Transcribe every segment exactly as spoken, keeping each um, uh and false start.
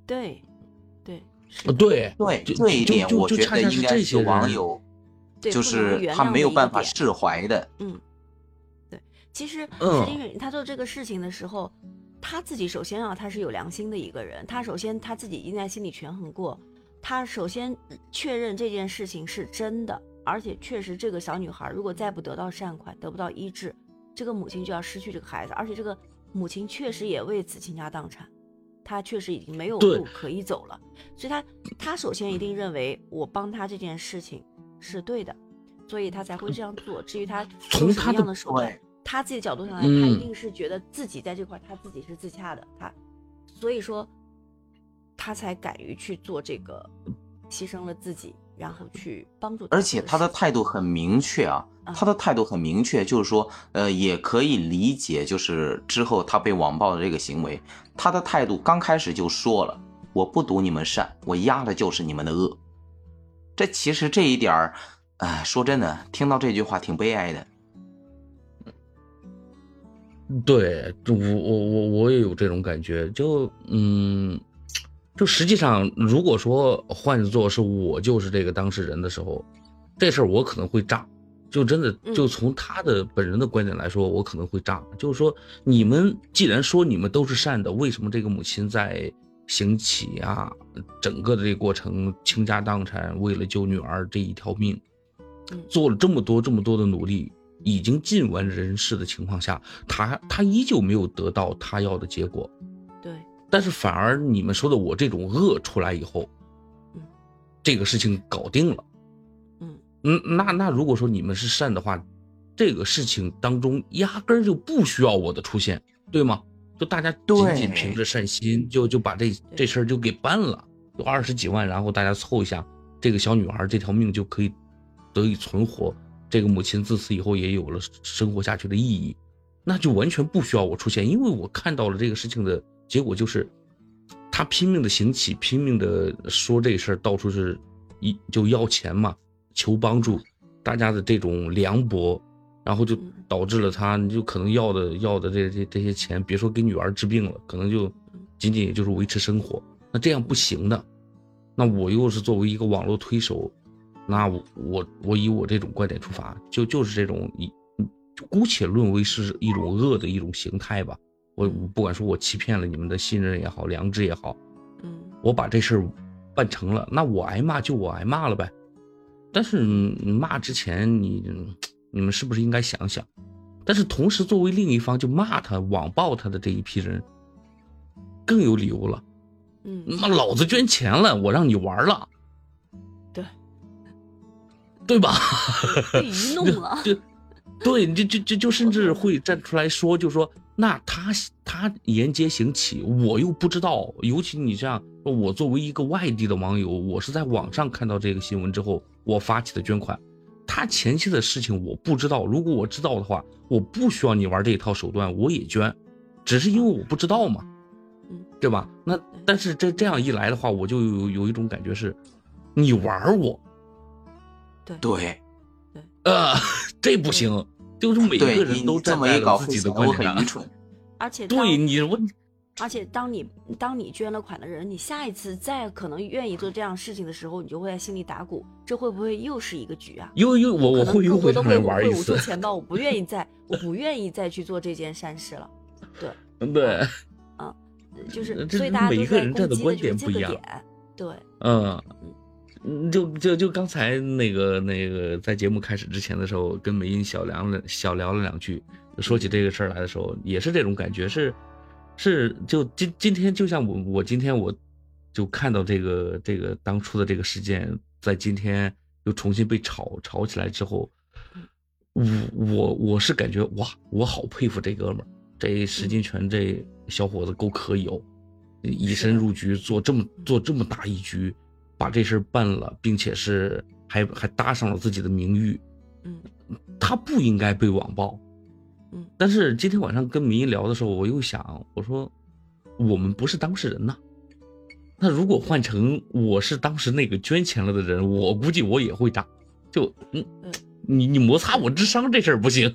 对对是呃，对对就这一点， 就我觉得就就恰恰是应该是这些人网友对不能就是他没有原谅的一个点。 办法释怀的。 嗯，对，其实石嗯丁允他做这个事情的时候，他自己首先啊，他是有良心的一个人。他首先他自己应该心里权衡过，他首先确认这件事情是真的，而且确实这个小女孩如果再不得到善款，得不到医治，这个母亲就要失去这个孩子，而且这个母亲确实也为此倾家荡产，她确实已经没有对路可以走了。所以他他首先一定认为我帮他这件事情是对的，所以他才会这样做。至于他用什么从他的样的手段对， 他自己角度上来， 嗯他一定是觉得自己在这块他自己是自洽的，他所以说他才敢于去做这个，牺牲了自己，然后去帮助。 而且他的态度很明确啊，他的态度很明确，就是说，呃，也可以理解，就是之后他被网暴的这个行为，他的态度刚开始就说了，我不赌你们善，我压的就是你们的恶。这其实这一点儿，哎，说真的，听到这句话挺悲哀的。 对，我我我我也有这种感觉，就嗯，就实际上，如果说换作是我就是这个当事人的时候，这事儿我可能会炸，就真的就从他的本人的观点来说，我可能会炸。就是说，你们既然说你们都是善的，为什么这个母亲在行乞啊，整个的这个过程倾家荡产，为了救女儿这一条命，做了这么多这么多的努力，已经尽完人事的情况下，他他依旧没有得到他要的结果。 对， 但是反而你们说的我这种恶出来以后， 嗯， 这个事情搞定了。 嗯嗯，那那如果说你们是善的话，这个事情当中压根儿就不需要我的出现，对吗？就大家仅仅凭着善心，就就把这这事儿就给办了，有二十几万，然后大家凑一下，这个小女孩这条命就可以得以存活。这个母亲自此以后也有了生活下去的意义，那就完全不需要我出现，因为我看到了这个事情的结果，就是他拼命的行乞，拼命的说这事儿，到处是一就要钱嘛，求帮助，大家的这种凉薄，然后就导致了他，你就可能要的要的这这这些钱，别说给女儿治病了，可能就仅仅也就是维持生活，那这样不行的。那我又是作为一个网络推手，那我我我以我这种观点出发，就就是这种以姑且论为是一种恶的一种形态吧。我不管说我欺骗了你们的信任也好，良知也好， 嗯， 我把这事儿办成了，那我挨骂就我挨骂了呗。但是骂之前你你们是不是应该想想？但是同时作为另一方就骂他网暴他的这一批人更有理由了。 嗯， 妈老子捐钱了，我让你玩了， 对对吧？ 被愚弄了。 对对，就就就就甚至会站出来说，就说那他他沿街行乞，我又不知道。尤其你这样，我作为一个外地的网友，我是在网上看到这个新闻之后，我发起的捐款。他前期的事情我不知道，如果我知道的话，我不需要你玩这一套手段，我也捐，只是因为我不知道嘛，对吧？那但是这这样一来的话，我就有有一种感觉是，你玩我， 对对， 呃，这不行，就是每个人都站在了自己的观点上， 而且对你我。 而且当你当你捐了款的人，你下一次再可能愿意做这样事情的时候，你就会在心里打鼓，这会不会又是一个局啊？ 又又我我会又会上来玩一次。 会捂住钱包，我不愿意再我不愿意再去做这件善事了。对对， 啊，就是所以大家都在攻击的就是这个点。对， 嗯嗯，就就就刚才那个那个在节目开始之前的时候，跟美音小聊了小聊了两句，说起这个事儿来的时候，也是这种感觉是。是，就今今天就像我我今天我就看到这个这个当初的这个事件，在今天又重新被炒炒起来之后，我我我是感觉哇，我好佩服这哥们儿，这石金泉这小伙子够可以哦，以身入局做这么做这么大一局，把这事办了，并且是还还搭上了自己的名誉， 嗯， 他不应该被网暴。但是今天晚上跟民音聊的时候，我又想，我说我们不是当事人呐。那如果换成我是当时那个捐钱了的人，我估计我也会炸。就嗯，你你摩擦我智商这事儿不行。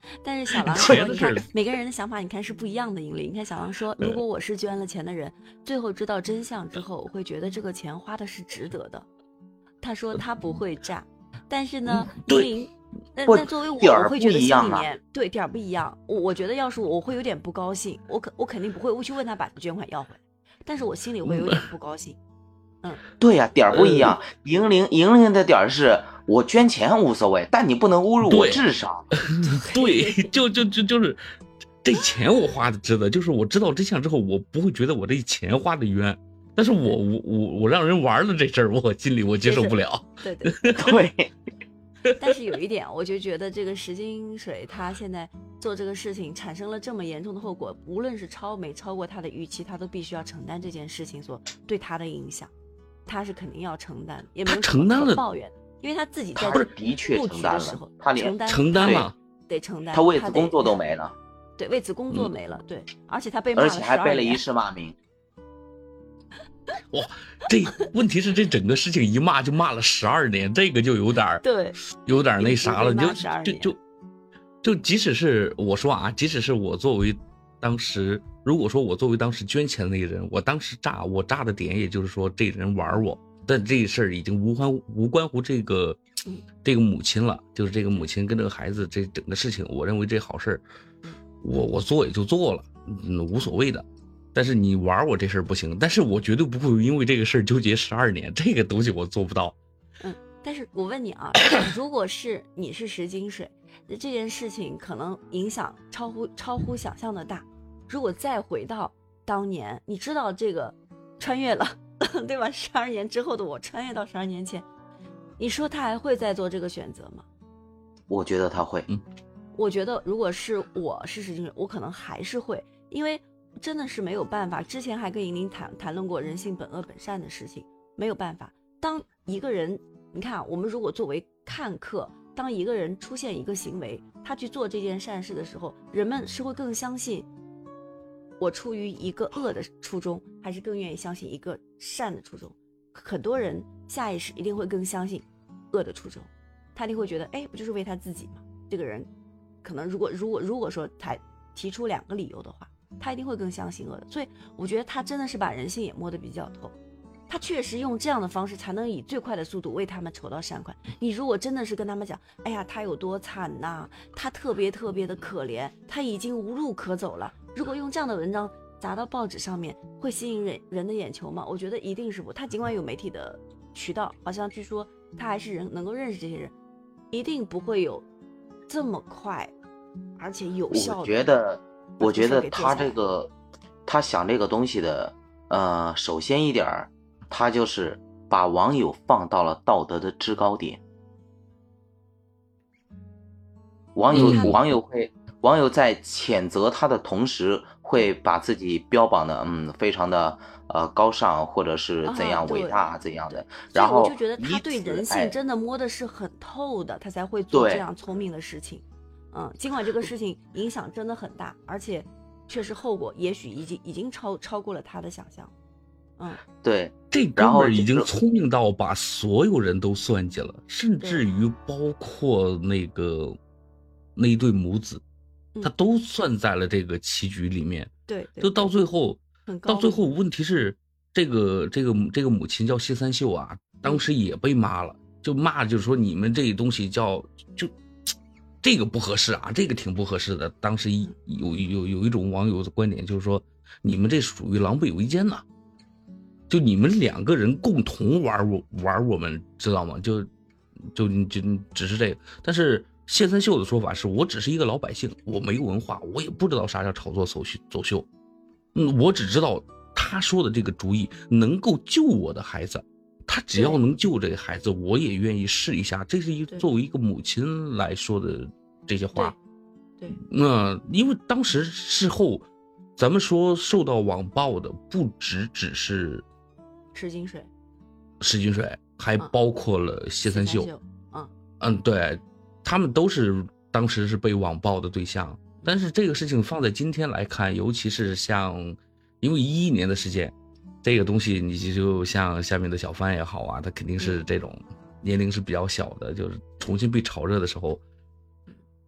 但是小狼说， 钱的事儿你看每个人的想法，你看是不一样的。引力，你看小狼说，如果我是捐了钱的人，最后知道真相之后，我会觉得这个钱花的是值得的。他说他不会炸，但是呢，引力，但但作为我，我会觉得心里面对点儿不一样。我我觉得要是我，我会有点不高兴，我肯我肯定不会，我去问他把捐款要回来，但是我心里会有点不高兴。嗯， 对呀、啊，点儿不一样。莹玲莹玲的点儿是我捐钱无所谓，但你不能侮辱我智商。 对，就就就就是这钱我花的值得，就是我知道真相之后，我不会觉得我这钱花的冤，但是我我我我让人玩了这事儿，我心里我接受不了。 对对对。但是有一点，我就觉得这个石金水他现在做这个事情产生了这么严重的后果，无论是超没超过他的预期，他都必须要承担这件事情所对他的影响。他是肯定要承担，也没有承担了抱怨，因为他自己在他的确承担了，他承担承担了， 得承担， 他为此工作都没了， 对，为此工作没了，嗯、对，而且他被骂了， 而且还背了一世骂名。 哇，这问题是这整个事情一骂就骂了十二年，这个就有点对， 有点那啥了，就就就就即使是我说啊，即使是我作为当时。如果说我作为当时捐钱的那个人，我当时炸，我炸的点也就是说这人玩我，但这事儿已经无关无关乎这个这个母亲了，就是这个母亲跟这个孩子这整个事情，我认为这好事儿，我我做也就做了，嗯，无所谓的。但是你玩我这事儿不行，但是我绝对不会因为这个事儿纠结十二年，这个东西我做不到。 嗯，但是我问你啊，如果是你是石金水，这件事情可能影响超乎超乎想象的大。如果再回到当年，你知道这个穿越了，对吧？十二年之后的我穿越到十二年前，你说他还会再做这个选择吗？ 我觉得他会。 嗯， 我觉得如果是我是石金水，我可能还是会，因为真的是没有办法。之前还跟莹莹谈谈论过人性本恶本善的事情，没有办法。当一个人，你看啊，我们如果作为看客，当一个人出现一个行为，他去做这件善事的时候，人们是会更相信。我出于一个恶的初衷，还是更愿意相信一个善的初衷？很多人下意识一定会更相信恶的初衷，他一定会觉得，哎，不就是为他自己吗？这个人可能如果如果如果说他提出两个理由的话，他一定会更相信恶的。所以我觉得他真的是把人性也摸得比较透，他确实用这样的方式才能以最快的速度为他们筹到善款。你如果真的是跟他们讲，哎呀，他有多惨呐、啊，他特别特别的可怜，他已经无路可走了。如果用这样的文章砸到报纸上面，会吸引人人的眼球吗？我觉得一定是不。他尽管有媒体的渠道，好像据说他还是人能够认识这些人，一定不会有这么快而且有效的。 我觉得，我觉得他这个，他想这个东西的，呃，首先一点，他就是把网友放到了道德的制高点。网友、嗯、网友会。网友在谴责他的同时，会把自己标榜的嗯非常的呃高尚，或者是怎样伟大、啊、怎样的。然后我就觉得他对人性真的摸的是很透的，他才会做这样聪明的事情。嗯，尽管这个事情影响真的很大，而且确实后果也许已经已经超超过了他的想象。嗯， 对， 这哥们儿已经聪明到把所有人都算计了，甚至于包括那个那一对母子。他都算在了这个棋局里面， 对， 就到最后，到最后问题是这个这个这个母亲叫谢三秀啊，当时也被骂了，就骂就是说你们这东西叫就这个不合适啊，这个挺不合适的。当时有有有一种网友的观点就是说，你们这属于狼狈为奸呐、啊，就你们两个人共同玩我玩我们，知道吗？就就就只是这个，但是。谢三秀的说法是我只是一个老百姓，我没文化，我也不知道啥叫炒作走秀走秀，嗯，我只知道他说的这个主意能够救我的孩子，他只要能救这个孩子，我也愿意试一下。这是一作为一个母亲来说的这些话。 对， 那、嗯、因为当时事后，咱们说受到网暴的不只只是石金水， 石金水还包括了谢三秀。 嗯嗯，对。他们都是当时是被网暴的对象，但是这个事情放在今天来看，尤其是像，因为一一年的事件，这个东西你就像下面的小帆也好啊，他肯定是这种年龄是比较小的，就是重新被炒热的时候，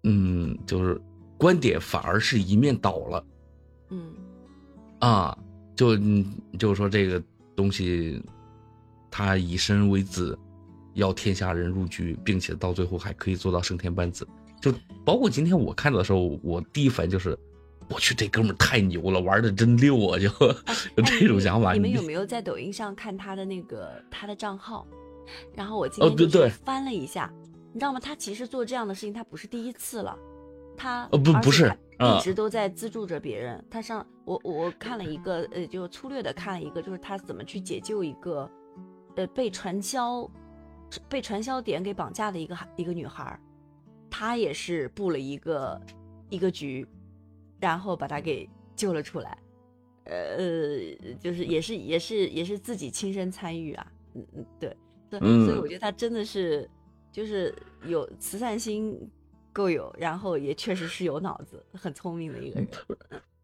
嗯，就是观点反而是一面倒了。 嗯啊，就就是说这个东西，他以身为子，要天下人入局，并且到最后还可以做到升天班子。就包括今天我看到的时候，我第一反应就是，我去，这哥们儿太牛了，玩的真溜啊！就就这种想法。 你们有没有在抖音上看他的那个他的账号？然后我今哦， 天对对， 就是翻了一下，你知道吗？他其实做这样的事情，他不是第一次了，他哦不不是， 一直都在资助着别人。他上我我看了一个呃，就粗略的看了一个，就是他怎么去解救一个呃被传销被传销点给绑架的一个一个女孩，他也是布了一个一个局，然后把她给救了出来。呃，就是也是也是也是自己亲身参与啊，嗯嗯，对。 嗯， 所以我觉得他真的是，就是有慈善心够有，然后也确实是有脑子，很聪明的一个人。